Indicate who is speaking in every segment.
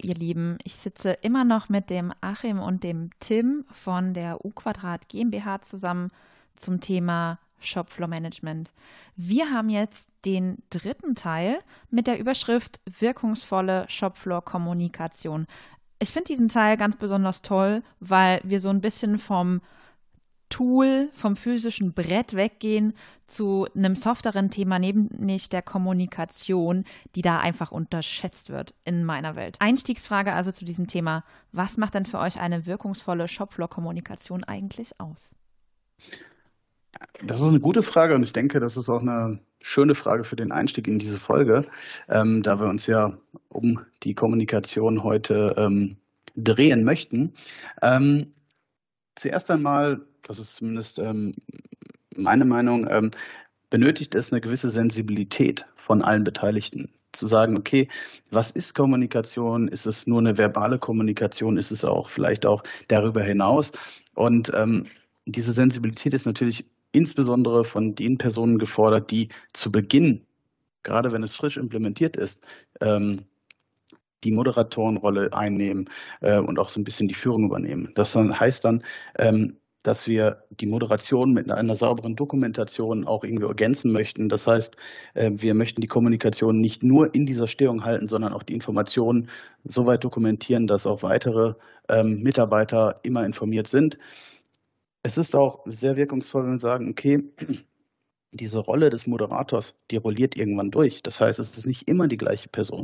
Speaker 1: ihr Lieben. Ich sitze immer noch mit dem Achim und dem Tim von der U-Quadrat GmbH zusammen zum Thema Shopfloor Management. Wir haben jetzt den dritten Teil mit der Überschrift wirkungsvolle Shopfloor-Kommunikation. Ich finde diesen Teil ganz besonders toll, weil wir so ein bisschen vom Tool, vom physischen Brett weggehen zu einem softeren Thema, nämlich der Kommunikation, die da einfach unterschätzt wird in meiner Welt. Einstiegsfrage also zu diesem Thema: Was macht denn für euch eine wirkungsvolle Shopfloor-Kommunikation eigentlich aus?
Speaker 2: Das ist eine gute Frage und ich denke, das ist auch eine schöne Frage für den Einstieg in diese Folge, da wir uns ja um die Kommunikation heute drehen möchten. Zuerst einmal, das ist zumindest meine Meinung, benötigt es eine gewisse Sensibilität von allen Beteiligten. Zu sagen, okay, was ist Kommunikation? Ist es nur eine verbale Kommunikation? Ist es auch vielleicht auch darüber hinaus? Und diese Sensibilität ist natürlich insbesondere von den Personen gefordert, die zu Beginn, gerade wenn es frisch implementiert ist, die Moderatorenrolle einnehmen und auch so ein bisschen die Führung übernehmen. Das heißt dann, dass wir die Moderation mit einer sauberen Dokumentation auch irgendwie ergänzen möchten. Das heißt, wir möchten die Kommunikation nicht nur in dieser Stehung halten, sondern auch die Informationen so weit dokumentieren, dass auch weitere Mitarbeiter immer informiert sind. Es ist auch sehr wirkungsvoll, wenn wir sagen, okay, diese Rolle des Moderators, die rolliert irgendwann durch. Das heißt, es ist nicht immer die gleiche Person.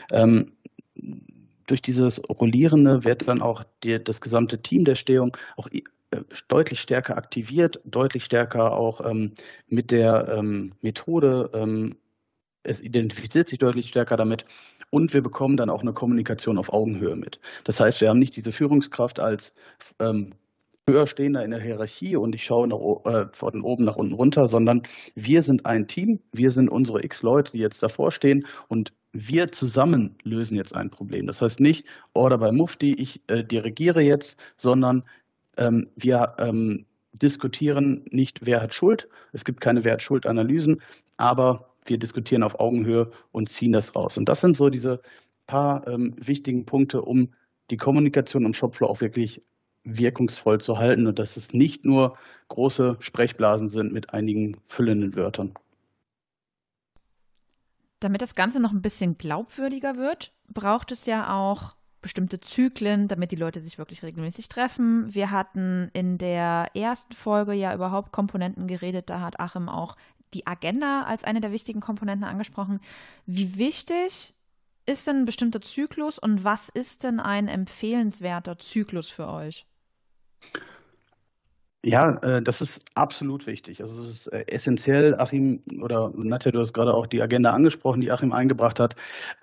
Speaker 2: Durch dieses Rollierende wird dann auch das gesamte Team der Stehung auch deutlich stärker aktiviert, deutlich stärker auch mit der Methode. Es identifiziert sich deutlich stärker damit. Und wir bekommen dann auch eine Kommunikation auf Augenhöhe mit. Das heißt, wir haben nicht diese Führungskraft als höher stehender in der Hierarchie und ich schaue von oben nach unten runter, sondern wir sind ein Team, wir sind unsere x Leute, die jetzt davor stehen und wir zusammen lösen jetzt ein Problem. Das heißt nicht Order by Mufti, ich dirigiere jetzt, sondern wir diskutieren nicht, wer hat Schuld. Es gibt keine Wer-hat-Schuld-Analysen, aber wir diskutieren auf Augenhöhe und ziehen das raus. Und das sind so diese paar wichtigen Punkte, um die Kommunikation im Shopfloor auch wirklich wirkungsvoll zu halten und dass es nicht nur große Sprechblasen sind mit einigen füllenden Wörtern.
Speaker 1: Damit das Ganze noch ein bisschen glaubwürdiger wird, braucht es ja auch bestimmte Zyklen, damit die Leute sich wirklich regelmäßig treffen. Wir hatten in der ersten Folge ja überhaupt Komponenten geredet, da hat Achim auch die Agenda als eine der wichtigen Komponenten angesprochen. Wie wichtig ist denn ein bestimmter Zyklus und was ist denn ein empfehlenswerter Zyklus für euch?
Speaker 2: Ja, das ist absolut wichtig. Also es ist essentiell, Achim oder Nadja, du hast gerade auch die Agenda angesprochen, die Achim eingebracht hat.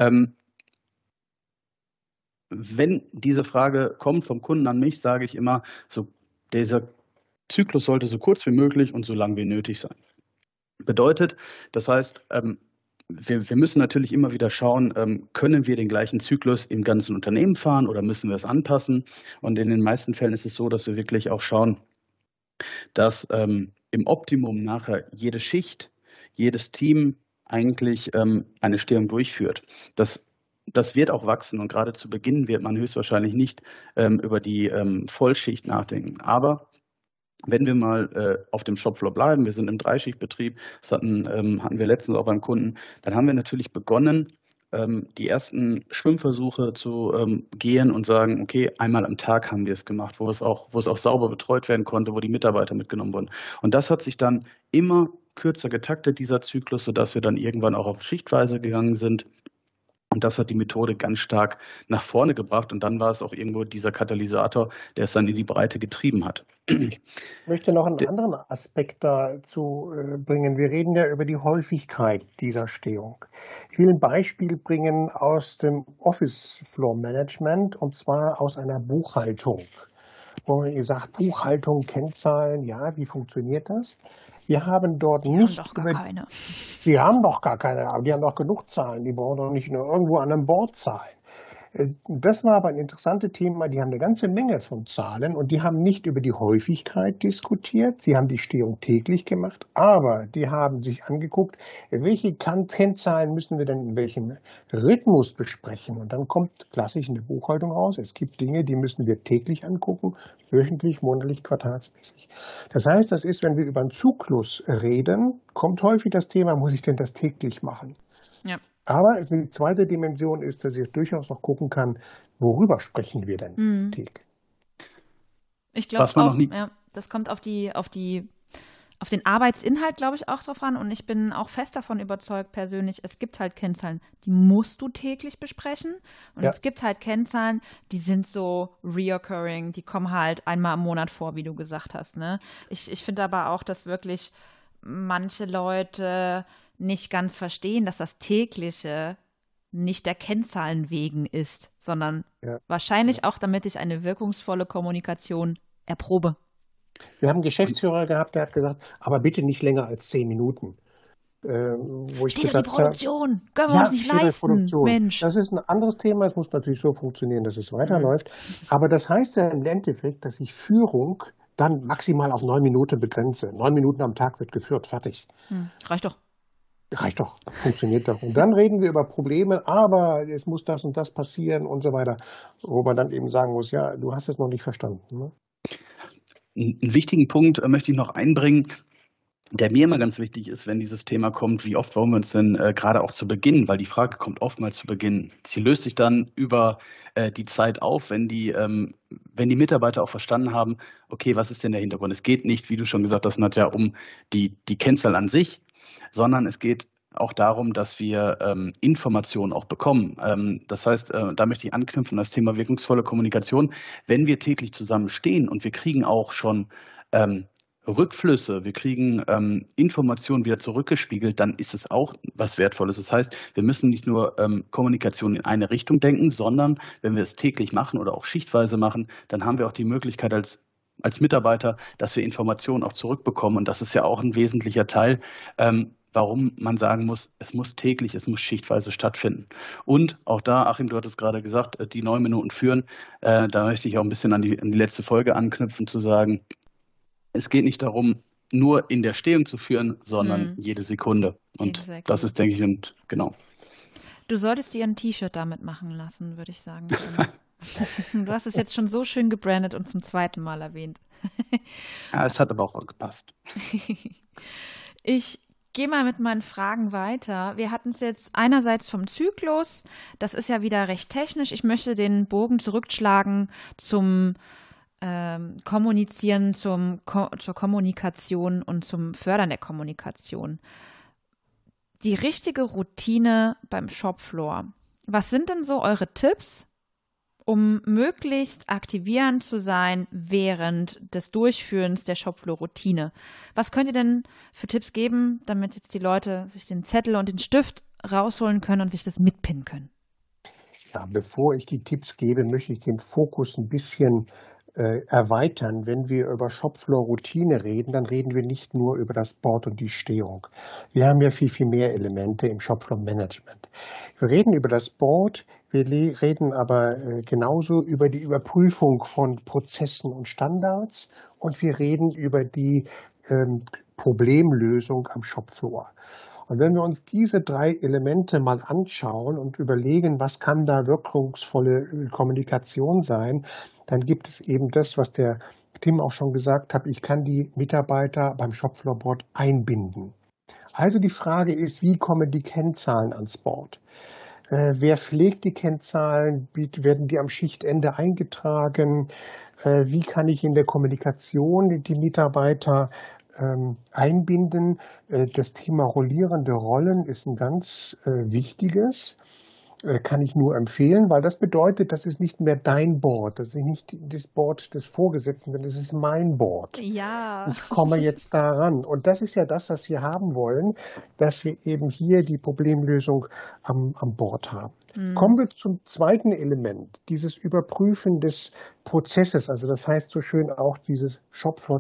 Speaker 2: Wenn diese Frage kommt vom Kunden an mich, sage ich immer, so, dieser Zyklus sollte so kurz wie möglich und so lang wie nötig sein. Bedeutet, das heißt, wir müssen natürlich immer wieder schauen, können wir den gleichen Zyklus im ganzen Unternehmen fahren oder müssen wir es anpassen? Und in den meisten Fällen ist es so, dass wir wirklich auch schauen, dass im Optimum nachher jede Schicht, jedes Team eigentlich eine Stehung durchführt. Das wird auch wachsen und gerade zu Beginn wird man höchstwahrscheinlich nicht über die Vollschicht nachdenken. Aber wenn wir mal auf dem Shopfloor bleiben, wir sind im Dreischichtbetrieb, das hatten wir letztens auch beim Kunden, dann haben wir natürlich begonnen, die ersten Schwimmversuche zu gehen und sagen, okay, einmal am Tag haben wir es gemacht, wo es auch sauber betreut werden konnte, wo die Mitarbeiter mitgenommen wurden. Und das hat sich dann immer kürzer getaktet, dieser Zyklus, sodass wir dann irgendwann auch auf Schichtweise gegangen sind. Und das hat die Methode ganz stark nach vorne gebracht. Und dann war es auch irgendwo dieser Katalysator, der es dann in die Breite getrieben hat.
Speaker 3: Ich möchte noch einen anderen Aspekt dazu bringen. Wir reden ja über die Häufigkeit dieser Stehung. Ich will ein Beispiel bringen aus dem Office Floor Management und zwar aus einer Buchhaltung. Wo ihr sagt, Buchhaltung, Kennzahlen, ja, wie funktioniert das? Wir haben dort nicht.
Speaker 1: Die haben doch gar keine.
Speaker 3: Die haben doch gar keine, aber die haben doch genug Zahlen. Die brauchen doch nicht nur irgendwo an einem Board Zahlen. Das war aber ein interessantes Thema. Die haben eine ganze Menge von Zahlen und die haben nicht über die Häufigkeit diskutiert. Sie haben die Stehung täglich gemacht, aber die haben sich angeguckt, welche Kennzahlen müssen wir denn in welchem Rhythmus besprechen. Und dann kommt klassisch in der Buchhaltung raus. Es gibt Dinge, die müssen wir täglich angucken, wöchentlich, monatlich, quartalsmäßig. Das heißt, das ist, wenn wir über einen Zyklus reden, kommt häufig das Thema, muss ich denn das täglich machen?
Speaker 1: Ja.
Speaker 3: Aber die zweite Dimension ist, dass ich durchaus noch gucken kann, worüber sprechen wir denn täglich.
Speaker 1: Ich glaube auch, ja, das kommt auf den Arbeitsinhalt, glaube ich, auch drauf an. Und ich bin auch fest davon überzeugt, persönlich, es gibt halt Kennzahlen, die musst du täglich besprechen. Und es gibt halt Kennzahlen, die sind so reoccurring, die kommen halt einmal im Monat vor, wie du gesagt hast. Ne? Ich finde aber auch, dass wirklich manche Leute nicht ganz verstehen, dass das Tägliche nicht der Kennzahlen wegen ist, sondern wahrscheinlich auch, damit ich eine wirkungsvolle Kommunikation erprobe.
Speaker 3: Wir haben einen Geschäftsführer gehabt, der hat gesagt, aber bitte nicht länger als 10 Minuten. Wo ich
Speaker 1: gesagt die Produktion, können wir uns nicht leisten, Mensch.
Speaker 3: Das ist ein anderes Thema, es muss natürlich so funktionieren, dass es weiterläuft. Aber das heißt ja im Endeffekt, dass ich Führung dann maximal auf 9 Minuten begrenze. 9 Minuten am Tag wird geführt, fertig.
Speaker 1: Reicht doch.
Speaker 3: Reicht doch, funktioniert doch. Und dann reden wir über Probleme, aber es muss das und das passieren und so weiter, wo man dann eben sagen muss, ja, du hast es noch nicht verstanden. Ne?
Speaker 2: Einen wichtigen Punkt möchte ich noch einbringen, der mir immer ganz wichtig ist, wenn dieses Thema kommt, wie oft wollen wir uns denn gerade auch zu Beginn, weil die Frage kommt oftmals zu Beginn. Sie löst sich dann über die Zeit auf, wenn die Mitarbeiter auch verstanden haben, okay, was ist denn der Hintergrund? Es geht nicht, wie du schon gesagt hast, Nadja, um die Kennzahl an sich, sondern es geht auch darum, dass wir Informationen auch bekommen. Das heißt, da möchte ich anknüpfen an das Thema wirkungsvolle Kommunikation. Wenn wir täglich zusammen stehen und wir kriegen auch schon Rückflüsse, wir kriegen Informationen wieder zurückgespiegelt, dann ist es auch was Wertvolles. Das heißt, wir müssen nicht nur Kommunikation in eine Richtung denken, sondern wenn wir es täglich machen oder auch schichtweise machen, dann haben wir auch die Möglichkeit als Mitarbeiter, dass wir Informationen auch zurückbekommen. Und das ist ja auch ein wesentlicher Teil, warum man sagen muss, es muss täglich, es muss schichtweise stattfinden. Und auch da, Achim, du hattest gerade gesagt, die 9 Minuten führen, da möchte ich auch ein bisschen an die letzte Folge anknüpfen, zu sagen, es geht nicht darum, nur in der Stehung zu führen, sondern jede Sekunde. Und das ist, denke ich, und genau.
Speaker 1: Du solltest dir ein T-Shirt damit machen lassen, würde ich sagen. Du hast es jetzt schon so schön gebrandet und zum zweiten Mal erwähnt.
Speaker 2: Ja, es hat aber auch gepasst.
Speaker 1: Ich gehe mal mit meinen Fragen weiter. Wir hatten es jetzt einerseits vom Zyklus. Das ist ja wieder recht technisch. Ich möchte den Bogen zurückschlagen zum Kommunizieren, zur Kommunikation und zum Fördern der Kommunikation. Die richtige Routine beim Shopfloor. Was sind denn so eure Tipps, um möglichst aktivierend zu sein während des Durchführens der Shopfloor-Routine? Was könnt ihr denn für Tipps geben, damit jetzt die Leute sich den Zettel und den Stift rausholen können und sich das mitpinnen können?
Speaker 3: Ja, bevor ich die Tipps gebe, möchte ich den Fokus ein bisschen erweitern. Wenn wir über Shopfloor-Routine reden, dann reden wir nicht nur über das Board und die Stehung. Wir haben ja viel, viel mehr Elemente im Shopfloor-Management. Wir reden über das Board, wir reden aber genauso über die Überprüfung von Prozessen und Standards und wir reden über die Problemlösung am Shopfloor. Und wenn wir uns diese 3 Elemente mal anschauen und überlegen, was kann da wirkungsvolle Kommunikation sein, dann gibt es eben das, was der Tim auch schon gesagt hat, ich kann die Mitarbeiter beim Shopfloor-Board einbinden. Also die Frage ist, wie kommen die Kennzahlen ans Board? Wer pflegt die Kennzahlen? Werden die am Schichtende eingetragen? Wie kann ich in der Kommunikation die Mitarbeiter einbinden? Das Thema rollierende Rollen ist ein ganz wichtiges. Kann ich nur empfehlen, weil das bedeutet, das ist nicht mehr dein Board, das ist nicht das Board des Vorgesetzten, sondern das ist mein Board.
Speaker 1: Ja.
Speaker 3: Ich komme jetzt daran. Und das ist ja das, was wir haben wollen, dass wir eben hier die Problemlösung am Board haben. Kommen wir zum zweiten Element, dieses Überprüfen des Prozesses. Also das heißt so schön auch dieses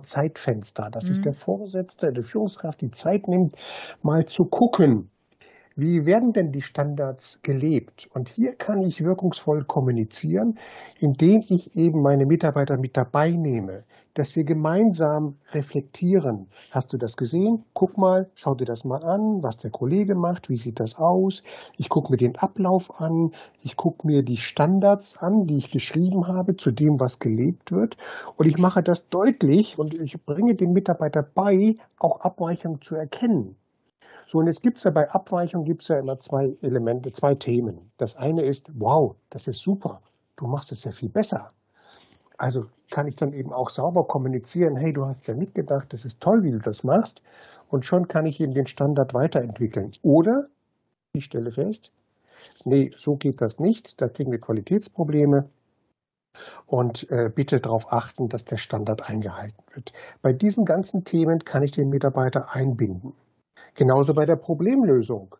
Speaker 3: Shopfloor-Zeitfenster, dass sich der Vorgesetzte, die Führungskraft die Zeit nimmt, mal zu gucken, Wie werden denn die Standards gelebt? Und hier kann ich wirkungsvoll kommunizieren, indem ich eben meine Mitarbeiter mit dabei nehme, dass wir gemeinsam reflektieren. Hast du das gesehen? Guck mal, schau dir das mal an, was der Kollege macht, wie sieht das aus? Ich gucke mir den Ablauf an, ich gucke mir die Standards an, die ich geschrieben habe, zu dem, was gelebt wird. Und ich mache das deutlich und ich bringe den Mitarbeiter bei, auch Abweichungen zu erkennen. So, und jetzt gibt's ja bei Abweichung gibt's ja immer zwei Elemente, zwei Themen. Das eine ist, wow, das ist super, du machst es ja viel besser. Also kann ich dann eben auch sauber kommunizieren, hey, du hast ja mitgedacht, das ist toll, wie du das machst. Und schon kann ich eben den Standard weiterentwickeln. Oder ich stelle fest, nee, so geht das nicht, da kriegen wir Qualitätsprobleme. Und bitte darauf achten, dass der Standard eingehalten wird. Bei diesen ganzen Themen kann ich den Mitarbeiter einbinden. Genauso bei der Problemlösung.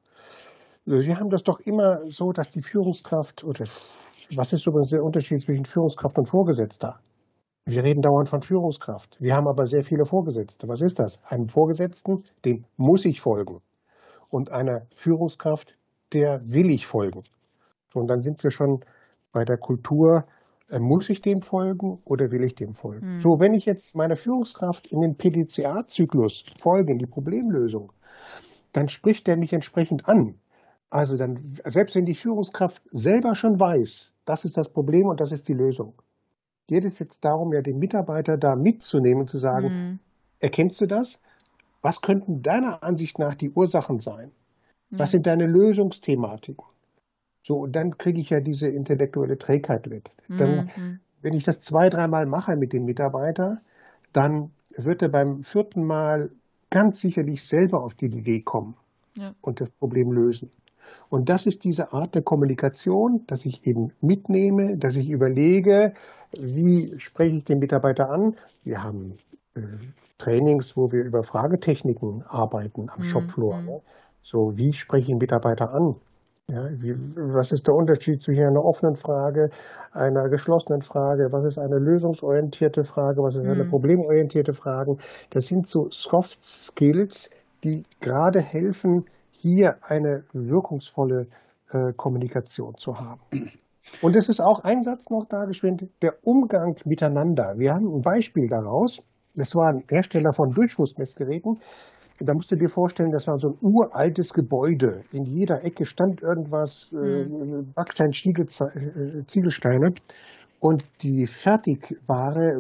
Speaker 3: Wir haben das doch immer so, dass die Führungskraft, oder was ist übrigens der Unterschied zwischen Führungskraft und Vorgesetzter? Wir reden dauernd von Führungskraft. Wir haben aber sehr viele Vorgesetzte. Was ist das? Einem Vorgesetzten, dem muss ich folgen. Und einer Führungskraft, der will ich folgen. Und dann sind wir schon bei der Kultur, muss ich dem folgen oder will ich dem folgen? So, wenn ich jetzt meiner Führungskraft in den PDCA-Zyklus folge, in die Problemlösung, dann spricht der mich entsprechend an. Also dann, selbst wenn die Führungskraft selber schon weiß, das ist das Problem und das ist die Lösung, geht es jetzt darum, ja den Mitarbeiter da mitzunehmen und zu sagen, erkennst du das? Was könnten deiner Ansicht nach die Ursachen sein? Was sind deine Lösungsthematiken? So, und dann kriege ich ja diese intellektuelle Trägheit mit. Dann, wenn ich das 2, 3 Mal mache mit dem Mitarbeiter, dann wird er beim 4. Mal ganz sicherlich selber auf die Idee kommen und das Problem lösen. Und das ist diese Art der Kommunikation, dass ich eben mitnehme, dass ich überlege, wie spreche ich den Mitarbeiter an. Wir haben Trainings, wo wir über Fragetechniken arbeiten am Shopfloor. Ne? So, wie spreche ich den Mitarbeiter an? Ja, was ist der Unterschied zwischen einer offenen Frage, einer geschlossenen Frage? Was ist eine lösungsorientierte Frage? Was ist eine problemorientierte Frage? Das sind so Soft Skills, die gerade helfen, hier eine wirkungsvolle Kommunikation zu haben. Und es ist auch ein Satz noch da geschwind, der Umgang miteinander. Wir haben ein Beispiel daraus. Das war ein Hersteller von Durchflussmessgeräten. Da musst du dir vorstellen, das war so ein uraltes Gebäude. In jeder Ecke stand irgendwas, Backstein, Ziegelsteine. Und die Fertigware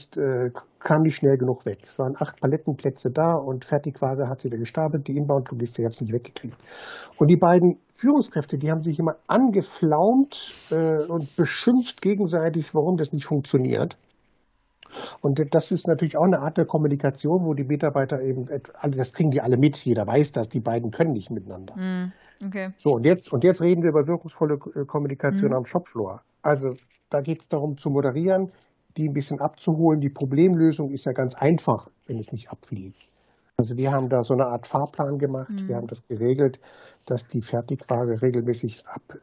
Speaker 3: kam nicht schnell genug weg. Es waren 8 Palettenplätze da und Fertigware hat sie da gestapelt. Die Inbound-Logistik hat es nicht weggekriegt. Und die beiden Führungskräfte, die haben sich immer angeflaumt und beschimpft gegenseitig, warum das nicht funktioniert. Und das ist natürlich auch eine Art der Kommunikation, wo die Mitarbeiter eben, das kriegen die alle mit, jeder weiß das, die beiden können nicht miteinander.
Speaker 1: Okay.
Speaker 3: So, und jetzt reden wir über wirkungsvolle Kommunikation am Shopfloor. Also da geht es darum zu moderieren, die ein bisschen abzuholen. Die Problemlösung ist ja ganz einfach, wenn es nicht abfliegt. Also wir haben da so eine Art Fahrplan gemacht, wir haben das geregelt, dass die Fertigware regelmäßig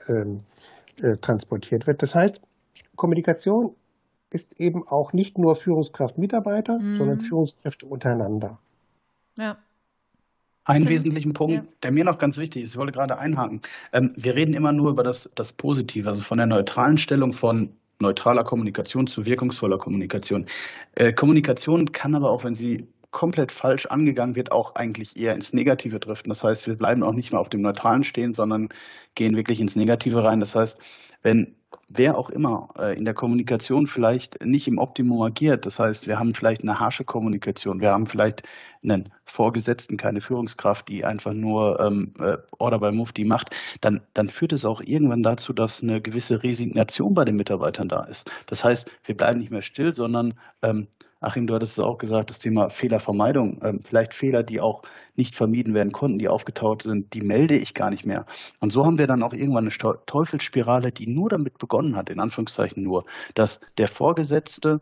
Speaker 3: transportiert wird. Das heißt, Kommunikation ist eben auch nicht nur Führungskraft-Mitarbeiter, sondern Führungskräfte untereinander.
Speaker 1: Ja.
Speaker 2: Einen wesentlichen Punkt, der mir noch ganz wichtig ist, ich wollte gerade einhaken. Wir reden immer nur über das Positive, also von der neutralen Stellung von neutraler Kommunikation zu wirkungsvoller Kommunikation. Kommunikation kann aber auch, wenn sie komplett falsch angegangen wird, auch eigentlich eher ins Negative driften. Das heißt, wir bleiben auch nicht mehr auf dem Neutralen stehen, sondern gehen wirklich ins Negative rein. Das heißt, wenn wer auch immer in der Kommunikation vielleicht nicht im Optimum agiert, das heißt, wir haben vielleicht eine harsche Kommunikation, wir haben vielleicht einen Vorgesetzten, keine Führungskraft, die einfach nur Order by Mufti macht, dann führt es auch irgendwann dazu, dass eine gewisse Resignation bei den Mitarbeitern da ist. Das heißt, wir bleiben nicht mehr still, sondern Achim, du hattest es auch gesagt, das Thema Fehlervermeidung, vielleicht Fehler, die auch nicht vermieden werden konnten, die aufgetaucht sind, die melde ich gar nicht mehr. Und so haben wir dann auch irgendwann eine Teufelsspirale, die nur damit begonnen hat, in Anführungszeichen nur, dass der Vorgesetzte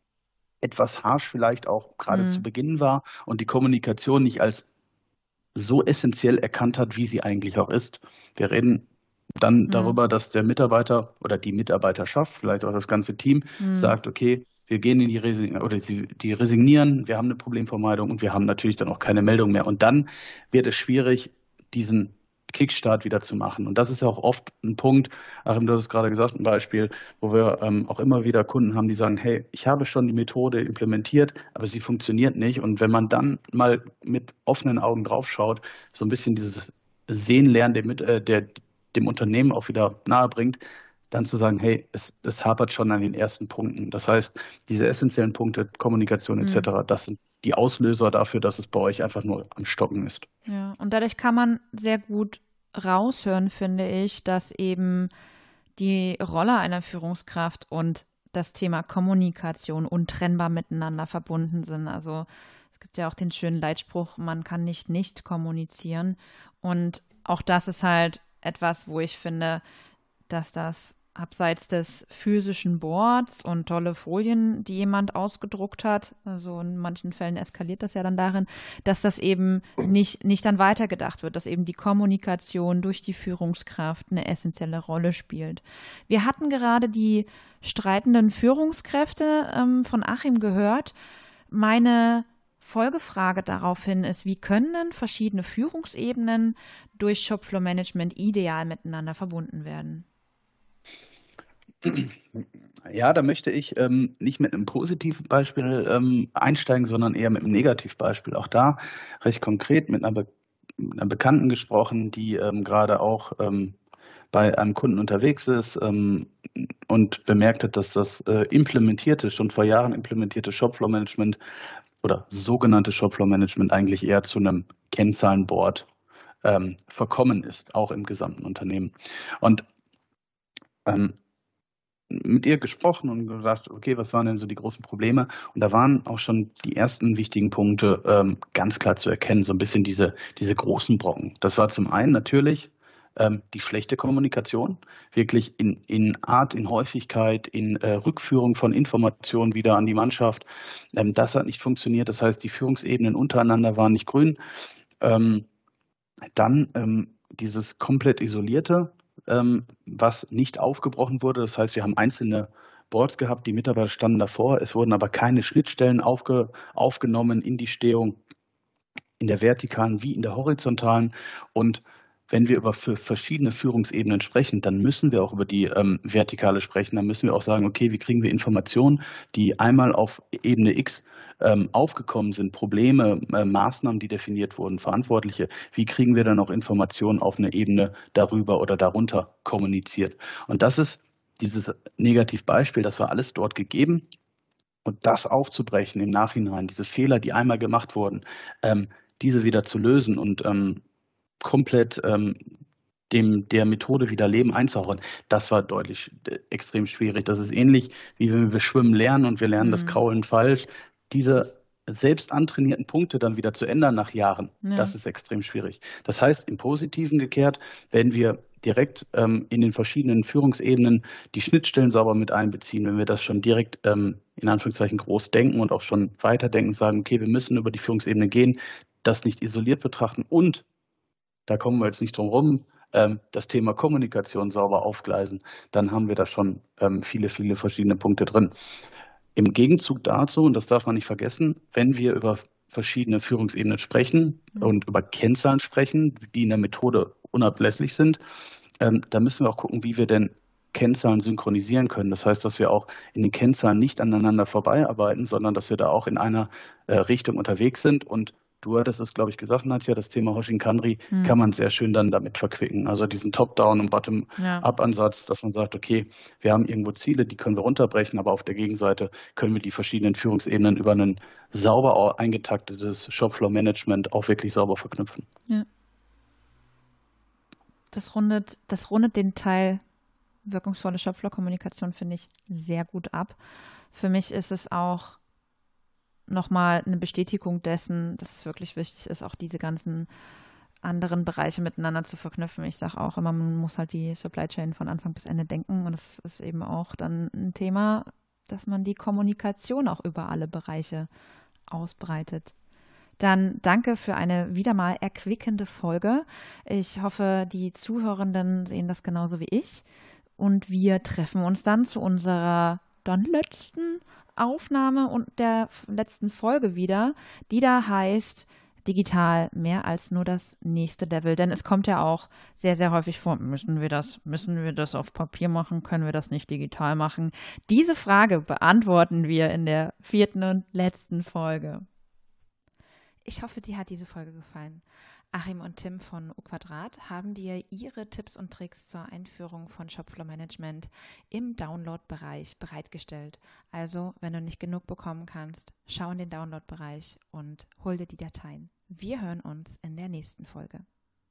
Speaker 2: etwas harsch vielleicht auch gerade zu Beginn war und die Kommunikation nicht als so essentiell erkannt hat, wie sie eigentlich auch ist. Wir reden dann darüber, dass der Mitarbeiter oder die Mitarbeiterschaft, vielleicht auch das ganze Team, sagt, okay, wir gehen in die die resignieren, wir haben eine Problemvermeidung und wir haben natürlich dann auch keine Meldung mehr. Und dann wird es schwierig, diesen Kickstart wieder zu machen. Und das ist ja auch oft ein Punkt, Achim, du hast es gerade gesagt, ein Beispiel, wo wir auch immer wieder Kunden haben, die sagen, hey, ich habe schon die Methode implementiert, aber sie funktioniert nicht. Und wenn man dann mal mit offenen Augen drauf schaut, so ein bisschen dieses Sehen lernen, dem Unternehmen auch wieder nahe bringt, dann zu sagen, hey, es hapert schon an den ersten Punkten. Das heißt, diese essentiellen Punkte, Kommunikation etc., das sind die Auslöser dafür, dass es bei euch einfach nur am Stocken ist.
Speaker 1: Ja, und dadurch kann man sehr gut raushören, finde ich, dass eben die Rolle einer Führungskraft und das Thema Kommunikation untrennbar miteinander verbunden sind. Also es gibt ja auch den schönen Leitspruch, man kann nicht kommunizieren. Und auch das ist halt etwas, wo ich finde, dass das abseits des physischen Boards und tolle Folien, die jemand ausgedruckt hat, also in manchen Fällen eskaliert das ja dann darin, dass das eben nicht dann weitergedacht wird, dass eben die Kommunikation durch die Führungskraft eine essentielle Rolle spielt. Wir hatten gerade die streitenden Führungskräfte von Achim gehört. Meine Folgefrage daraufhin ist, wie können denn verschiedene Führungsebenen durch Shopfloor-Management ideal miteinander verbunden werden?
Speaker 2: Ja, da möchte ich nicht mit einem positiven Beispiel einsteigen, sondern eher mit einem Negativbeispiel. Auch da recht konkret mit einer Bekannten gesprochen, die gerade auch bei einem Kunden unterwegs ist und bemerkt hat, dass das schon vor Jahren implementierte Shopfloor-Management oder sogenannte Shopfloor-Management eigentlich eher zu einem Kennzahlenboard verkommen ist, auch im gesamten Unternehmen. Und mit ihr gesprochen und gesagt, okay, was waren denn so die großen Probleme? Und da waren auch schon die ersten wichtigen Punkte ganz klar zu erkennen, so ein bisschen diese großen Brocken. Das war zum einen natürlich die schlechte Kommunikation, wirklich in Art, in Häufigkeit, in Rückführung von Informationen wieder an die Mannschaft. Das hat nicht funktioniert, das heißt, die Führungsebenen untereinander waren nicht grün. Dann dieses komplett Isolierte, was nicht aufgebrochen wurde. Das heißt, wir haben einzelne Boards gehabt, die Mitarbeiter standen davor. Es wurden aber keine Schnittstellen aufgenommen in die Stehung, in der vertikalen wie in der horizontalen. Und wenn wir über verschiedene Führungsebenen sprechen, dann müssen wir auch über die Vertikale sprechen. Dann müssen wir auch sagen, okay, wie kriegen wir Informationen, die einmal auf Ebene X aufgekommen sind, Probleme, Maßnahmen, die definiert wurden, Verantwortliche. Wie kriegen wir dann auch Informationen auf eine Ebene darüber oder darunter kommuniziert? Und das ist dieses Negativbeispiel, das war alles dort gegeben. Und das aufzubrechen im Nachhinein, diese Fehler, die einmal gemacht wurden, diese wieder zu lösen und komplett der Methode wieder Leben einzuhauchen, das war deutlich extrem schwierig. Das ist ähnlich, wie wenn wir schwimmen lernen und wir lernen das Kraulen falsch. Diese selbst antrainierten Punkte dann wieder zu ändern nach Jahren, das ist extrem schwierig. Das heißt, im Positiven gekehrt, wenn wir direkt in den verschiedenen Führungsebenen die Schnittstellen sauber mit einbeziehen, wenn wir das schon direkt in Anführungszeichen groß denken und auch schon weiterdenken, sagen, okay, wir müssen über die Führungsebene gehen, das nicht isoliert betrachten und da kommen wir jetzt nicht drum rum, das Thema Kommunikation sauber aufgleisen, dann haben wir da schon viele verschiedene Punkte drin. Im Gegenzug dazu, und das darf man nicht vergessen, wenn wir über verschiedene Führungsebenen sprechen und über Kennzahlen sprechen, die in der Methode unablässlich sind, da müssen wir auch gucken, wie wir denn Kennzahlen synchronisieren können. Das heißt, dass wir auch in den Kennzahlen nicht aneinander vorbeiarbeiten, sondern dass wir da auch in einer Richtung unterwegs sind. Und du hattest es, glaube ich, gesagt, Nadja, das Thema Hoshin-Kanri kann man sehr schön dann damit verquicken. Also diesen Top-Down- und Bottom-Up-Ansatz, dass man sagt, okay, wir haben irgendwo Ziele, die können wir runterbrechen, aber auf der Gegenseite können wir die verschiedenen Führungsebenen über ein sauber eingetaktetes Shopfloor-Management auch wirklich sauber verknüpfen.
Speaker 1: Ja. Das rundet den Teil wirkungsvolle Shopfloor-Kommunikation, finde ich, sehr gut ab. Für mich ist es auch nochmal eine Bestätigung dessen, dass es wirklich wichtig ist, auch diese ganzen anderen Bereiche miteinander zu verknüpfen. Ich sage auch immer, man muss halt die Supply Chain von Anfang bis Ende denken und das ist eben auch dann ein Thema, dass man die Kommunikation auch über alle Bereiche ausbreitet. Dann danke für eine wieder mal erquickende Folge. Ich hoffe, die Zuhörenden sehen das genauso wie ich und wir treffen uns dann zu unserer dann letzten Aufnahme und der letzten Folge wieder, die da heißt digital mehr als nur das nächste Level? Denn es kommt ja auch sehr, sehr häufig vor, müssen wir das auf Papier machen? Können wir das nicht digital machen? Diese Frage beantworten wir in der 4. und letzten Folge. Ich hoffe, dir hat diese Folge gefallen. Achim und Tim von U-Quadrat haben dir ihre Tipps und Tricks zur Einführung von Shopfloor Management im Download-Bereich bereitgestellt. Also, wenn du nicht genug bekommen kannst, schau in den Download-Bereich und hol dir die Dateien. Wir hören uns in der nächsten Folge.